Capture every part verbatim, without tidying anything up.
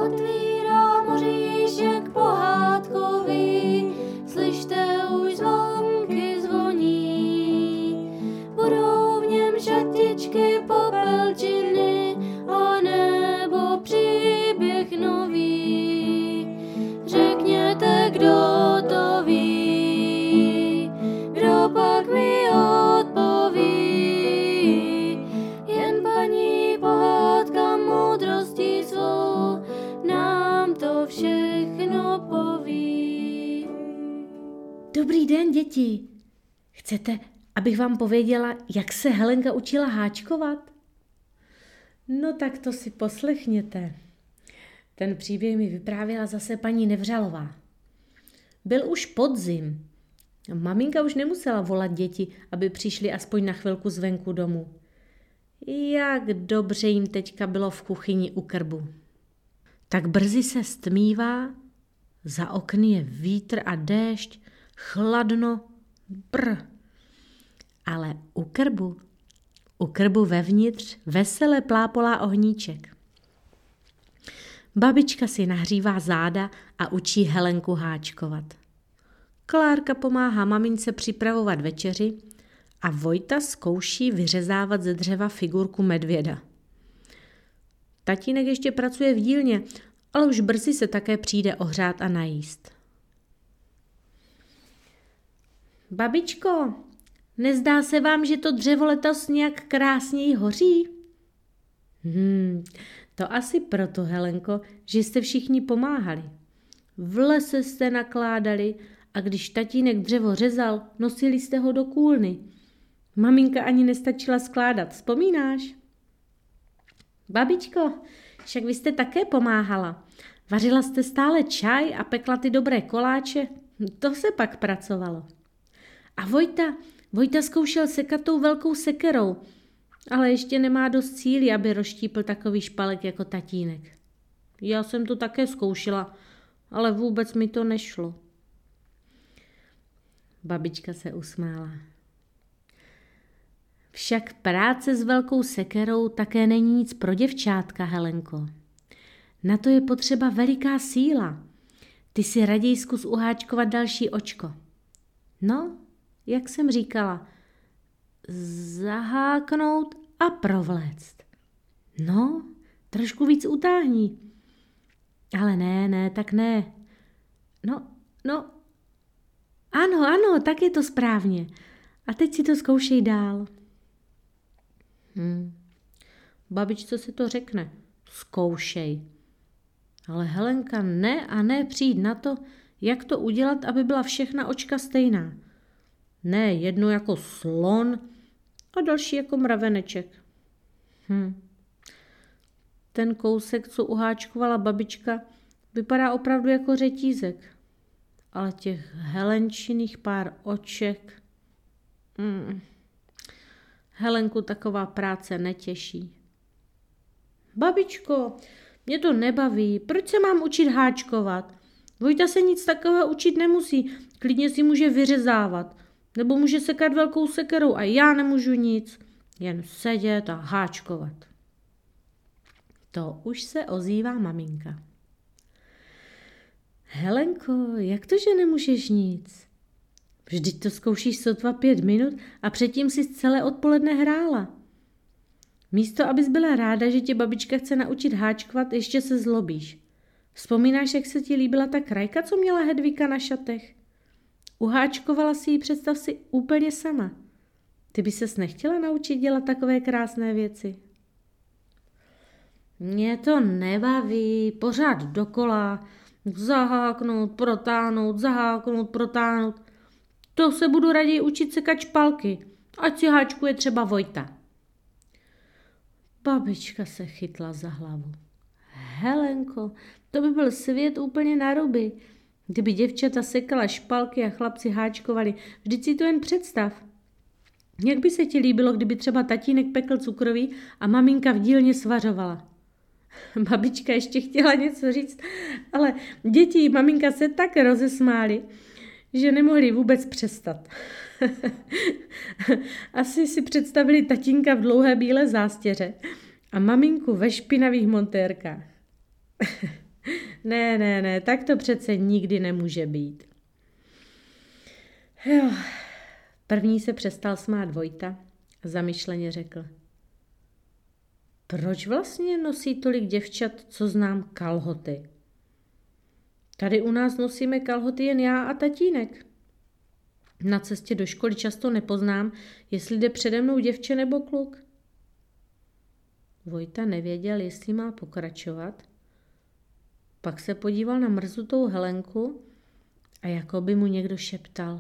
otvírá moříšek pohádkový, slyšte už zvonky zvoní. Budou v něm šatičky, popelčiny a nebo příběh nový. Řekněte, kdo to ví, kdo pak mi odpoví. Jen paní pohádka moudrostí svou nám to všechno poví. Dobrý den, děti. Chcete, abych vám pověděla, jak se Helenka učila háčkovat? No tak to si poslechněte. Ten příběh mi vyprávěla zase paní Nevřalová. Byl už podzim. Maminka už nemusela volat děti, aby přišli aspoň na chvilku zvenku domů. Jak dobře jim teďka bylo v kuchyni u krbu. Tak brzy se stmívá, za okny je vítr a déšť, chladno, brr. Ale u krbu, u krbu vevnitř vesele plápolá ohníček. Babička si nahřívá záda a učí Helenku háčkovat. Klárka pomáhá mamince připravovat večeři a Vojta zkouší vyřezávat ze dřeva figurku medvěda. Tatínek ještě pracuje v dílně, ale už brzy se také přijde ohřát a najíst. Babičko, nezdá se vám, že to dřevo letos nějak krásněji hoří? Hmm, to asi proto, Helenko, že jste všichni pomáhali. V lese jste nakládali a když tatínek dřevo řezal, nosili jste ho do kůlny. Maminka ani nestačila skládat, vzpomínáš? Babičko, však vy jste také pomáhala. Vařila jste stále čaj a pekla ty dobré koláče, to se pak pracovalo. A Vojta, Vojta zkoušel sekat tou velkou sekerou, ale ještě nemá dost síly, aby rozštípl takový špalek jako tatínek. Já jsem to také zkoušela, ale vůbec mi to nešlo. Babička se usmála. Však práce s velkou sekerou také není nic pro děvčátka, Helenko. Na to je potřeba veliká síla. Ty si raději zkus uháčkovat další očko. No, jak jsem říkala, zaháknout a provléct. No, trošku víc utáhni. Ale ne, ne, tak ne. No, no, ano, ano, tak je to správně. A teď si to zkoušej dál. Hmm. Babičce se to řekne. Zkoušej. Ale Helenka ne a ne přijít na to, jak to udělat, aby byla všechna očka stejná. Ne jedno jako slon a další jako mraveneček. Hm. Ten kousek, co uháčkovala babička, vypadá opravdu jako řetízek. Ale těch Helenčiných pár oček... Hmm. Helenku taková práce netěší. Babičko, mě to nebaví, proč se mám učit háčkovat? Vojta se nic takového učit nemusí, klidně si může vyřezávat, nebo může sekat velkou sekerou a já nemůžu nic, jen sedět a háčkovat. To už se ozývá maminka. Helenko, jak to, že nemůžeš nic? Vždyť to zkoušíš sotva pět minut a předtím si celé odpoledne hrála. Místo, abys byla ráda, že tě babička chce naučit háčkovat, ještě se zlobíš. Vzpomínáš, jak se ti líbila ta krajka, co měla Hedvika na šatech? Uháčkovala si ji, představ si, úplně sama. Ty by ses nechtěla naučit dělat takové krásné věci? Mě to nebaví, pořád dokola, zaháknout, protáhnout, zaháknout, protáhnout. To se budu raději učit sekat špalky, ať si háčkuje třeba Vojta. Babička se chytla za hlavu. Helenko, to by byl svět úplně na ruby. Kdyby děvčata sekala špalky a chlapci háčkovali, vždyť si to jen představ. Jak by se ti líbilo, kdyby třeba tatínek pekl cukroví a maminka v dílně svařovala? Babička ještě chtěla něco říct, ale děti i maminka se tak rozesmály, že nemohli vůbec přestat. Asi si představili tatínka v dlouhé bílé zástěře a maminku ve špinavých montérkách. Ne, ne, ne, tak to přece nikdy nemůže být. Jo. První se přestal smát Vojta a zamyšleně řekl. Proč vlastně nosí tolik děvčat, co znám, kalhoty? Tady u nás nosíme kalhoty jen já a tatínek. Na cestě do školy často nepoznám, jestli jde přede mnou děvče nebo kluk. Vojta nevěděl, jestli má pokračovat. Pak se podíval na mrzutou Helenku a jako by mu někdo šeptal.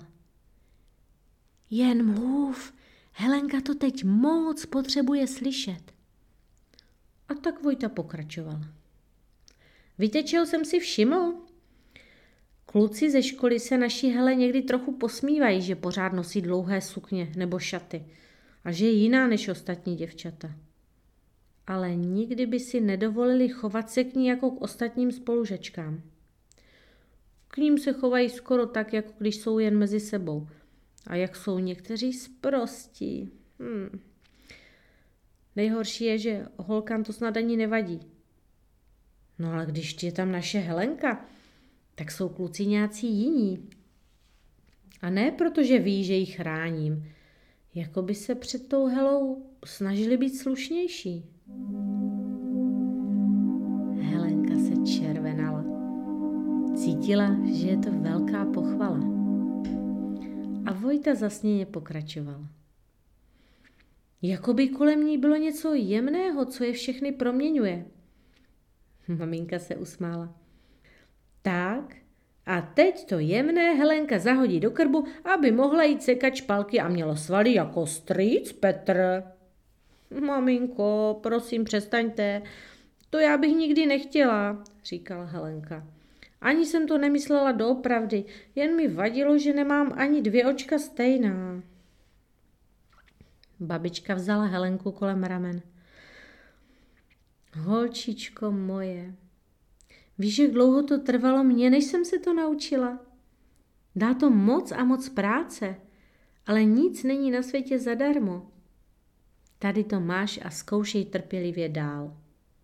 Jen mluv, Helenka to teď moc potřebuje slyšet. A tak Vojta pokračoval. Víte, čeho jsem si všiml? Kluci ze školy se naší Hele někdy trochu posmívají, že pořád nosí dlouhé sukně nebo šaty a že je jiná než ostatní děvčata. Ale nikdy by si nedovolili chovat se k ní jako k ostatním spolužačkám. K ním se chovají skoro tak, jako když jsou jen mezi sebou. A jak jsou někteří sprostí. Hmm. Nejhorší je, že holkám to snad ani nevadí. No ale když je tam naše Helenka, tak jsou kluci nějací jiní. A ne protože ví, že ji chráním. Jako by se před tou Helou snažili být slušnější. Helenka se červenala. Cítila, že je to velká pochvala. A Vojta zasněně pokračoval. Jakoby kolem ní bylo něco jemného, co je všechny proměňuje. Maminka se usmála. Tak, a teď to jemné Helenka zahodí do krbu, aby mohla jít sekat špalky a mělo svaly jako strýc Petr. Maminko, prosím, přestaňte. To já bych nikdy nechtěla, říkala Helenka. Ani jsem to nemyslela doopravdy, jen mi vadilo, že nemám ani dvě očka stejná. Babička vzala Helenku kolem ramen. Holčičko moje, víš, jak dlouho to trvalo mně, než jsem se to naučila? Dá to moc a moc práce, ale nic není na světě zadarmo. Tady to máš a zkoušej trpělivě dál.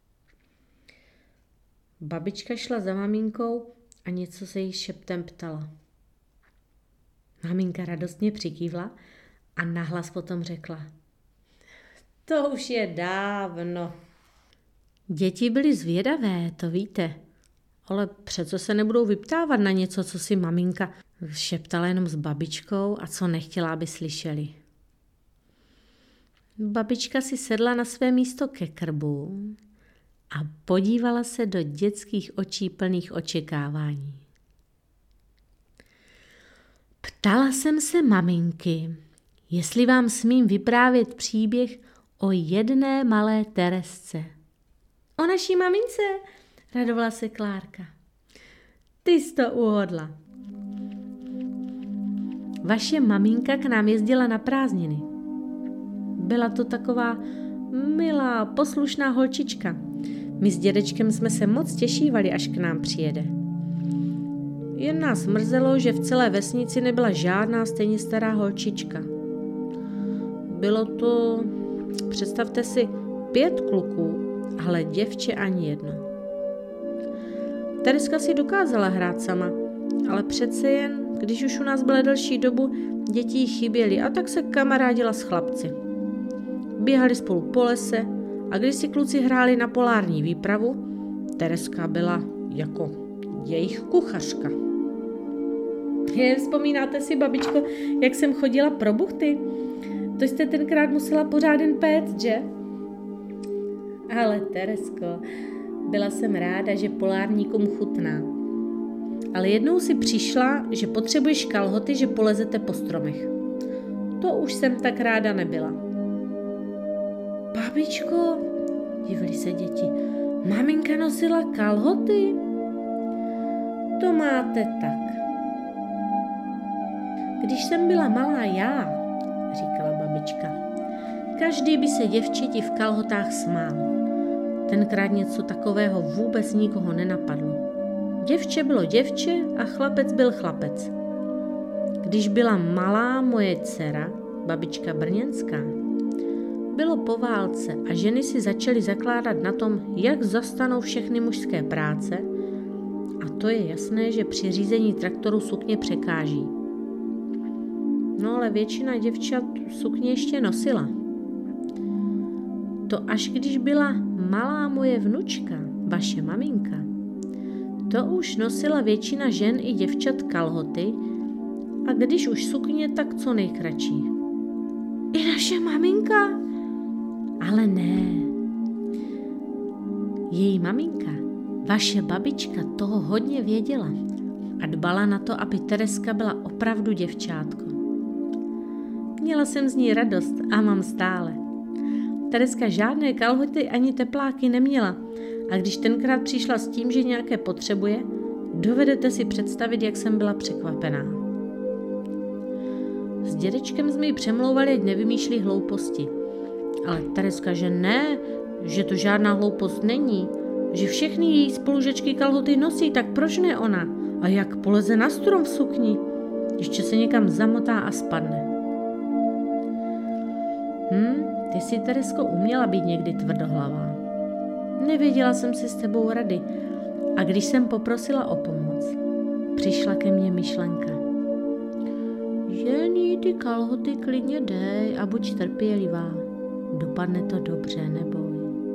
Babička šla za maminkou a něco se jí šeptem ptala. Maminka radostně přikývla a nahlas potom řekla. To už je dávno. Děti byly zvědavé, to víte, ale přece se nebudou vyptávat na něco, co si maminka šeptala jenom s babičkou a co nechtěla, aby slyšeli. Babička si sedla na své místo ke krbu a podívala se do dětských očí plných očekávání. Ptala jsem se maminky, jestli vám smím vyprávět příběh o jedné malé Teresce. O naší mamince, radovala se Klárka. Ty jsi to uhodla. Vaše maminka k nám jezdila na prázdniny. Byla to taková milá, poslušná holčička. My s dědečkem jsme se moc těšívali, až k nám přijede. Jen nás mrzelo, že v celé vesnici nebyla žádná stejně stará holčička. Bylo to, představte si, pět kluků, ale děvče ani jedno. Tereska si dokázala hrát sama, ale přece jen, když už u nás byla delší dobu, děti jí chyběly a tak se kamarádila s chlapci. Běhali spolu po lese a když si kluci hráli na polární výpravu, Tereska byla jako jejich kuchařka. Je, vzpomínáte si, babičko, jak jsem chodila pro buchty? To jste tenkrát musela pořád jen péct, že? Ale Teresko, byla jsem ráda, že polárníkům chutná. Ale jednou si přišla, že potřebuješ kalhoty, že polezete po stromech. To už jsem tak ráda nebyla. Babičko, divili se děti, maminka nosila kalhoty? To máte tak. Když jsem byla malá já, říkala babička, každý by se děvčeti v kalhotách smál. Tenkrát něco takového vůbec nikoho nenapadlo. Děvče bylo děvče a chlapec byl chlapec. Když byla malá moje dcera, babička brněnská, bylo po válce a ženy si začaly zakládat na tom, jak zastanou všechny mužské práce, A to je jasné, že při řízení traktoru sukně překáží. No ale většina děvčat sukně ještě nosila. To až když byla malá moje vnučka, vaše maminka, to už nosila většina žen i děvčat kalhoty a když už sukně, tak co nejkratší. I naše maminka? Ale ne. Její maminka, vaše babička, toho hodně věděla a dbala na to, aby Tereska byla opravdu děvčátko. Měla jsem z ní radost a mám stále. Tereska žádné kalhoty ani tepláky neměla a když tenkrát přišla s tím, že nějaké potřebuje, dovedete si představit, jak jsem byla překvapená. S dědečkem jsme ji přemlouvali, ať nevymýšlí hlouposti. Ale Tereska, že ne, že to žádná hloupost není, že všechny její spolužečky kalhoty nosí, tak proč ne ona? A jak poleze na strom v sukni? Ještě se někam zamotá a spadne. Hm, ty si, Teresko, uměla být někdy tvrdohlavá. Nevěděla jsem si s tebou rady a když jsem poprosila o pomoc, přišla ke mně myšlenka. Žení, ty kalhoty klidně dej a buď trpělivá. Dopadne to dobře, neboj.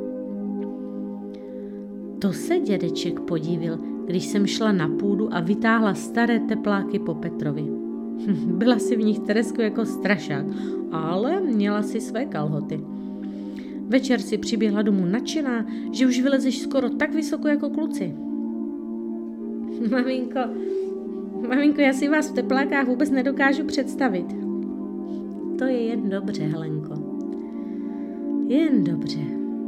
To se dědeček podívil, když jsem šla na půdu a vytáhla staré tepláky po Petrovi. Byla si v nich, Teresko, jako strašák, ale měla si své kalhoty. Večer si přiběhla domů nadšená, že už vylezeš skoro tak vysoko jako kluci. Maminko, maminko, já si vás v teplákách vůbec nedokážu představit. To je jen dobře, Helenko. Jen dobře.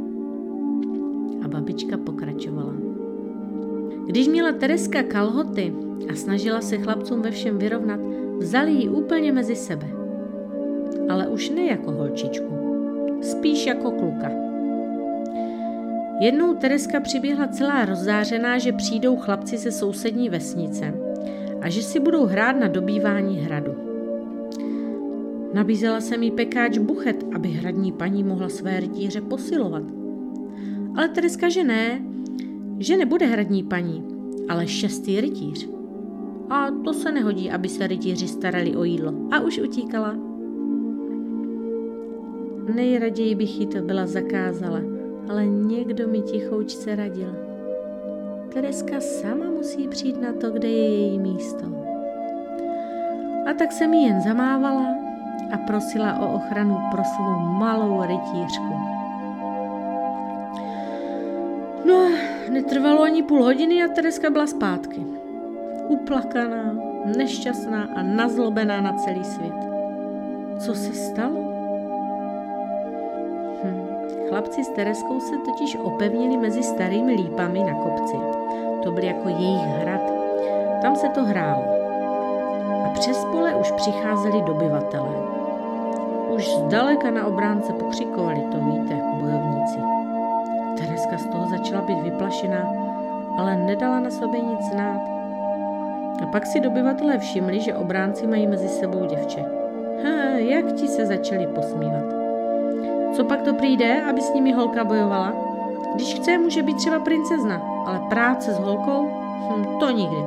A babička pokračovala. Když měla Tereska kalhoty a snažila se chlapcům ve všem vyrovnat, vzali ji úplně mezi sebe. Ale už ne jako holčičku, spíš jako kluka. Jednou Tereska přiběhla celá rozzářená, že přijdou chlapci ze sousední vesnice a že si budou hrát na dobývání hradu. Nabízela jsem jí pekáč buchet, aby hradní paní mohla své rytíře posilovat. Ale Tereska, že ne, že nebude hradní paní, ale šestý rytíř. A to se nehodí, aby se rytíři starali o jídlo. A už utíkala. Nejraději bych jí to byla zakázala, ale někdo mi tichoučce radil. Tereska sama musí přijít na to, kde je její místo. A tak jsem jí jen zamávala a prosila o ochranu pro svou malou rytířku. No, netrvalo ani půl hodiny a Tereska byla zpátky. Uplakaná, nešťastná a nazlobená na celý svět. Co se stalo? Hm. Chlapci s Tereskou se totiž opevnili mezi starými lípami na kopci. To byl jako jejich hrad. Tam se to hrálo. A přes pole už přicházeli dobyvatelé. Už zdaleka na obránce pokřikovali, to víte, bojovníci. Tereska z toho začala být vyplašená, ale nedala na sobě nic znát. A pak si dobyvatelé všimli, že obránci mají mezi sebou děvče. Ha, jak ti se začali posmívat. Co pak to přijde, aby s nimi holka bojovala? Když chce, může být třeba princezna, ale práce s holkou? Hm, to nikdy.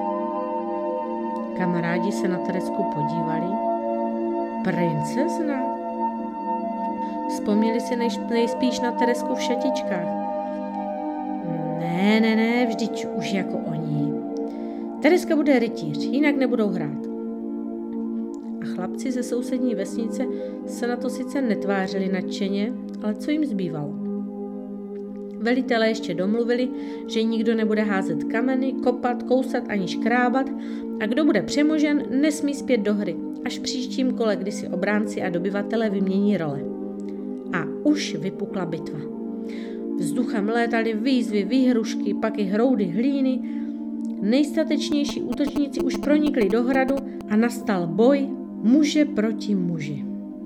Kamarádi se na Teresku podívali. Princezna? Vzpomněli si nej, nejspíš na Teresku v šatičkách. Ne, ne, ne, vždyť už jako oni. Tereska bude rytíř, jinak nebudou hrát. A chlapci ze sousední vesnice se na to sice netvářili nadšeně, ale co jim zbývalo? Velitelé ještě domluvili, že nikdo nebude házet kameny, kopat, kousat ani škrábat a kdo bude přemožen, nesmí zpět do hry, až v příštím kole, kdy si obránci a dobyvatelé vymění role. A už vypukla bitva. Vzduchem létaly výzvy, výhrušky, pak i hroudy hlíny. Nejstatečnější útočníci už pronikli do hradu a nastal boj muže proti muži.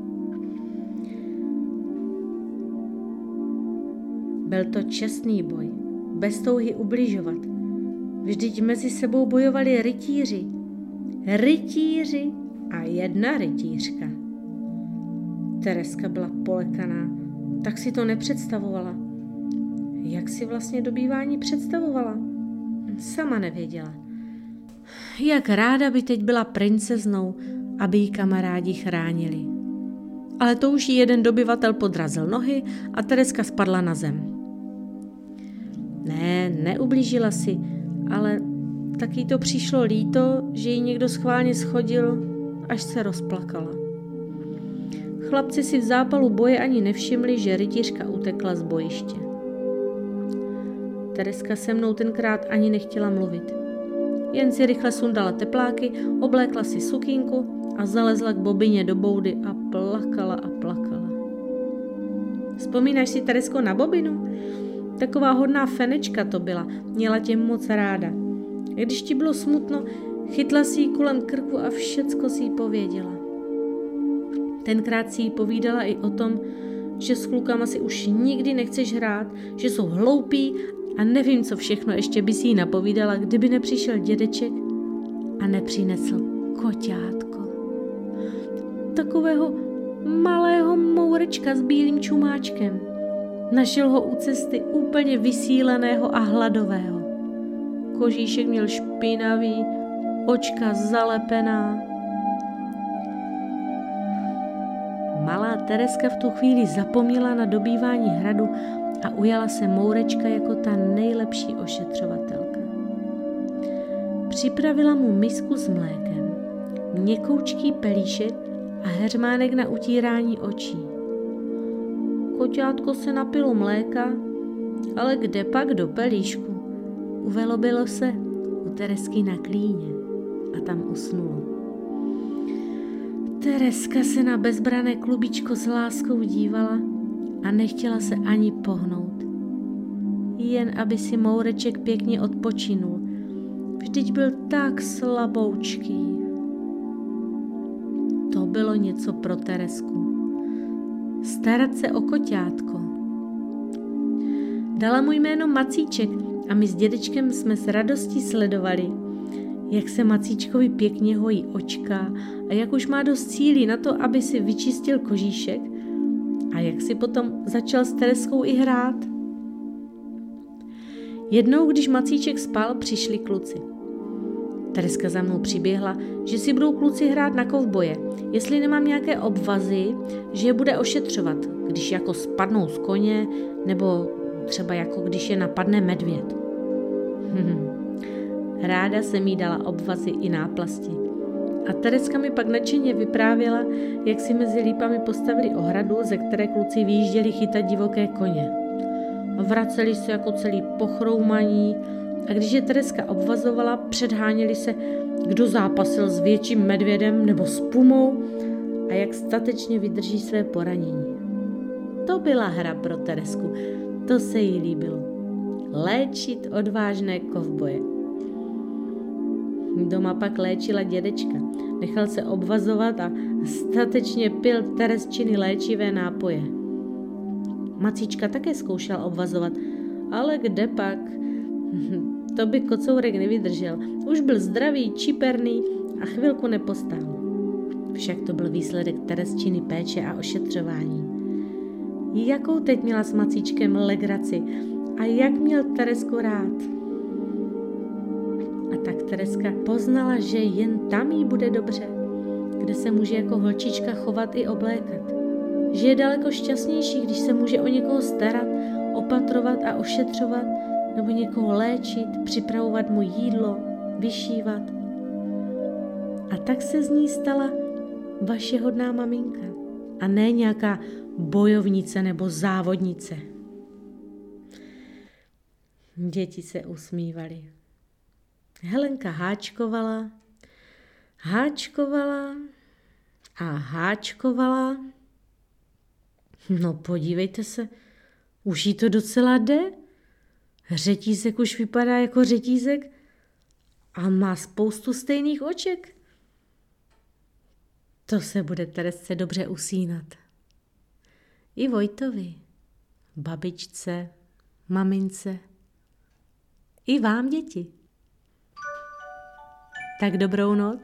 Byl to čestný boj, bez touhy ubližovat. Vždyť mezi sebou bojovali rytíři. Rytíři a jedna rytířka. Tereska byla polekaná, tak si to nepředstavovala. Jak si vlastně dobývání představovala? Sama nevěděla. Jak ráda by teď byla princeznou, aby ji kamarádi chránili. Ale to už jí jeden dobyvatel podrazil nohy a Tereska spadla na zem. Ne, neublížila si, ale taky to přišlo líto, že ji někdo schválně schodil, až se rozplakala. Chlapci si v zápalu boje ani nevšimli, že rytířka utekla z bojiště. Tereska se mnou tenkrát ani nechtěla mluvit. Jen si rychle sundala tepláky, oblékla si sukínku a zalezla k Bobině do boudy a plakala a plakala. Vzpomínáš si, Teresko, na Bobinu? Taková hodná fenečka to byla, měla tě moc ráda. Když ti bylo smutno, chytla si ji kolem krku a všecko si jí pověděla. Tenkrát si jí povídala i o tom, že s klukama si už nikdy nechceš hrát, že jsou hloupí a nevím, co všechno ještě by si jí napovídala, kdyby nepřišel dědeček a nepřinesl koťátko. Takového malého mourečka s bílým čumáčkem. Našel ho u cesty úplně vysíleného a hladového. Kožíšek měl špinavý, očka zalepená. Malá Tereska v tu chvíli zapomněla na dobývání hradu a ujala se mourečka jako ta nejlepší ošetřovatelka. Připravila mu misku s mlékem, měkoučký pelíšek a heřmánek na utírání očí. Koťátko se napilo mléka, ale kde pak do pelíšku? Uvelobilo se u Teresky na klíně a tam usnulo. Tereska se na bezbrané klubičko s láskou dívala a nechtěla se ani pohnout. Jen aby si moureček pěkně odpočinul. Vždyť byl tak slaboučký. To bylo něco pro Teresku. Starat se o koťátko. Dala mu jméno Macíček a my s dědečkem jsme s radostí sledovali, jak se Macíčkovi pěkně hojí očka a jak už má dost síly na to, aby si vyčistil kožíšek a jak si potom začal s Tereskou i hrát. Jednou, když Macíček spal, přišli kluci. Tereska za mnou přiběhla, že si budou kluci hrát na kovboje, jestli nemám nějaké obvazy, že je bude ošetřovat, když jako spadnou z koně, nebo třeba jako když je napadne medvěd. Ráda se mi dala obvazy i náplasti. A Tereska mi pak nadšeně vyprávěla, jak si mezi lípami postavili ohradu, ze které kluci vyjížděli chytat divoké koně. Vraceli se jako celý pochroumaní a když je Tereska obvazovala, předháněli se, kdo zápasil s větším medvědem nebo s pumou a jak statečně vydrží své poranění. To byla hra pro Teresku, to se jí líbilo. Léčit odvážné kovboje. Doma pak léčila dědečka, nechal se obvazovat a statečně pil Teresčiny léčivé nápoje. Macíčka také zkoušel obvazovat, ale kde pak? To by kocourek nevydržel. Už byl zdravý, čiperný a chvilku nepostál. Však to byl výsledek Teresčiny péče a ošetřování. Jakou teď měla s Macíčkem legraci a jak měl Teresku rád. A tak Tereska poznala, že jen tam jí bude dobře, kde se může jako holčička chovat i oblékat. Že je daleko šťastnější, když se může o někoho starat, opatrovat a ošetřovat, nebo někoho léčit, připravovat mu jídlo, vyšívat. A tak se z ní stala vaše hodná maminka a ne nějaká bojovnice nebo závodnice. Děti se usmívaly. Helenka háčkovala, háčkovala a háčkovala. No podívejte se, už jí to docela jde. Řetízek už vypadá jako řetízek a má spoustu stejných oček. To se bude Teresce dobře usínat. I Vojtovi, babičce, mamince, i vám, děti. Tak dobrou noc.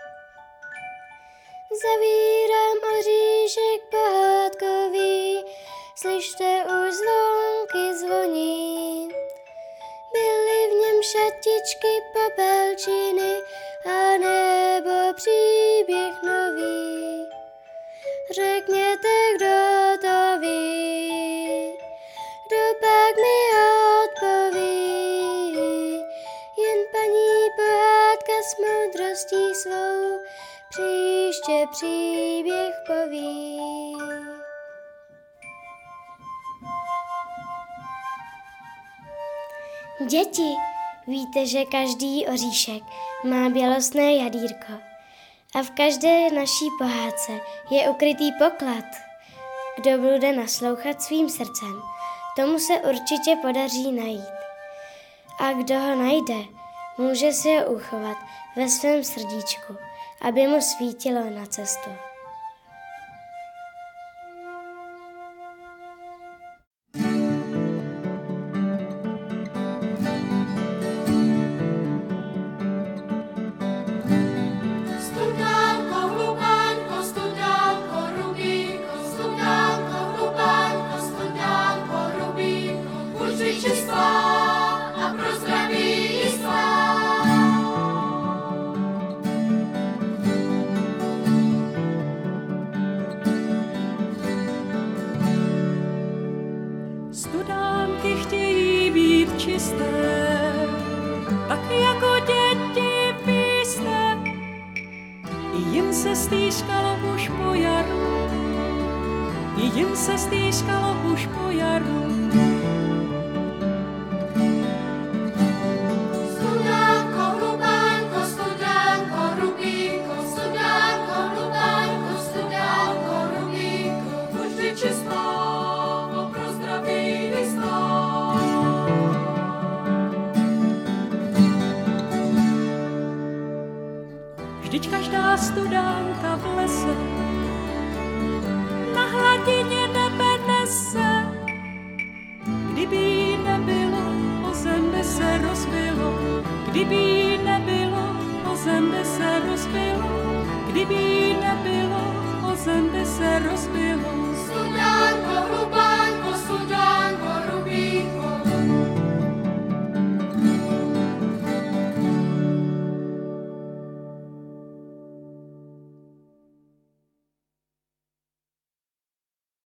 Zavírám oříšek pohádkový, slyšte už zvonky zvoní. Byly v něm šatičky, popelčiny a nebo příběh nový. Řekněte, kdo to ví, kdo pak mi odpoví. Jen paní pohádka s moudrostí svou příště příběh poví. Děti, víte, že každý oříšek má bělostné jadírko a v každé naší pohádce je ukrytý poklad. Kdo bude naslouchat svým srdcem, tomu se určitě podaří najít. A kdo ho najde, může si ho uchovat ve svém srdíčku, aby mu svítilo na cestu. Studánky chtějí být čisté, tak jako děti vy jste. I jim se stýskalo už po jaru, i jim se stýskalo už po jaru. Studánko, hlubánko, studánko, hrubínko, studánko, hlubánko, studánko, hrubínko, vždy čistá. Vždyť každá studánka v lese na hladině nebe nese. Kdyby jí nebylo, o zem by se rozbilo. Kdyby jí nebylo, o zem by se rozbilo. Kdyby